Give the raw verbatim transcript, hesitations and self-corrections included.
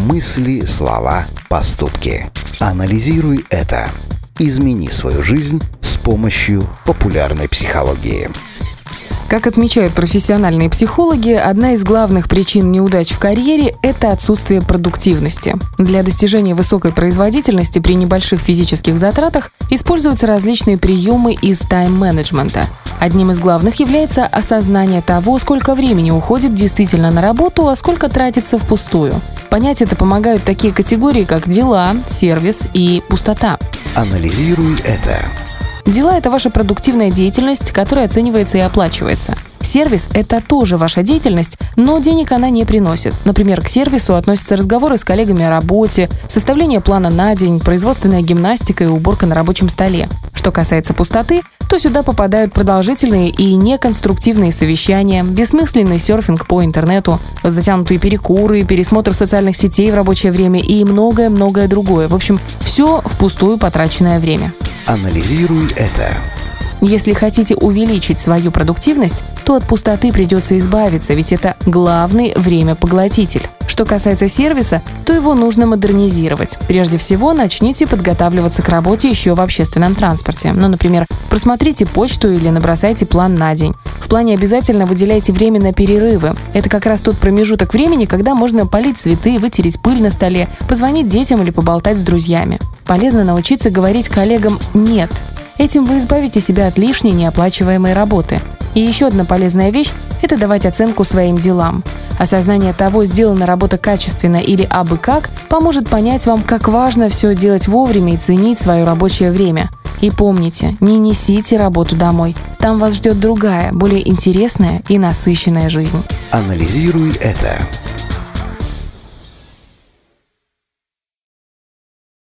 Мысли, слова, поступки. Анализируй это. Измени свою жизнь с помощью популярной психологии. Как отмечают профессиональные психологи, одна из главных причин неудач в карьере – это отсутствие продуктивности. Для достижения высокой производительности при небольших физических затратах используются различные приемы из тайм-менеджмента. Одним из главных является осознание того, сколько времени уходит действительно на работу, а сколько тратится впустую. Понять это помогают такие категории, как дела, сервис и пустота. Анализируй это. Дела – это ваша продуктивная деятельность, которая оценивается и оплачивается. Сервис – это тоже ваша деятельность, но денег она не приносит. Например, к сервису относятся разговоры с коллегами о работе, составление плана на день, производственная гимнастика и уборка на рабочем столе. Что касается пустоты, то сюда попадают продолжительные и неконструктивные совещания, бессмысленный серфинг по интернету, затянутые перекуры, пересмотр социальных сетей в рабочее время и многое-многое другое. В общем, все впустую потраченное время. Анализируй это. Если хотите увеличить свою продуктивность, то от пустоты придется избавиться, ведь это главный времяпоглотитель. Что касается сервиса, то его нужно модернизировать. Прежде всего, начните подготавливаться к работе еще в общественном транспорте. Ну, например, просмотрите почту или набросайте план на день. В плане обязательно выделяйте время на перерывы. Это как раз тот промежуток времени, когда можно полить цветы, вытереть пыль на столе, позвонить детям или поболтать с друзьями. Полезно научиться говорить коллегам «нет». Этим вы избавите себя от лишней неоплачиваемой работы. И еще одна полезная вещь – это давать оценку своим делам. Осознание того, сделана работа качественно или абы как, поможет понять вам, как важно все делать вовремя и ценить свое рабочее время. И помните, не несите работу домой. Там вас ждет другая, более интересная и насыщенная жизнь. Анализируй это.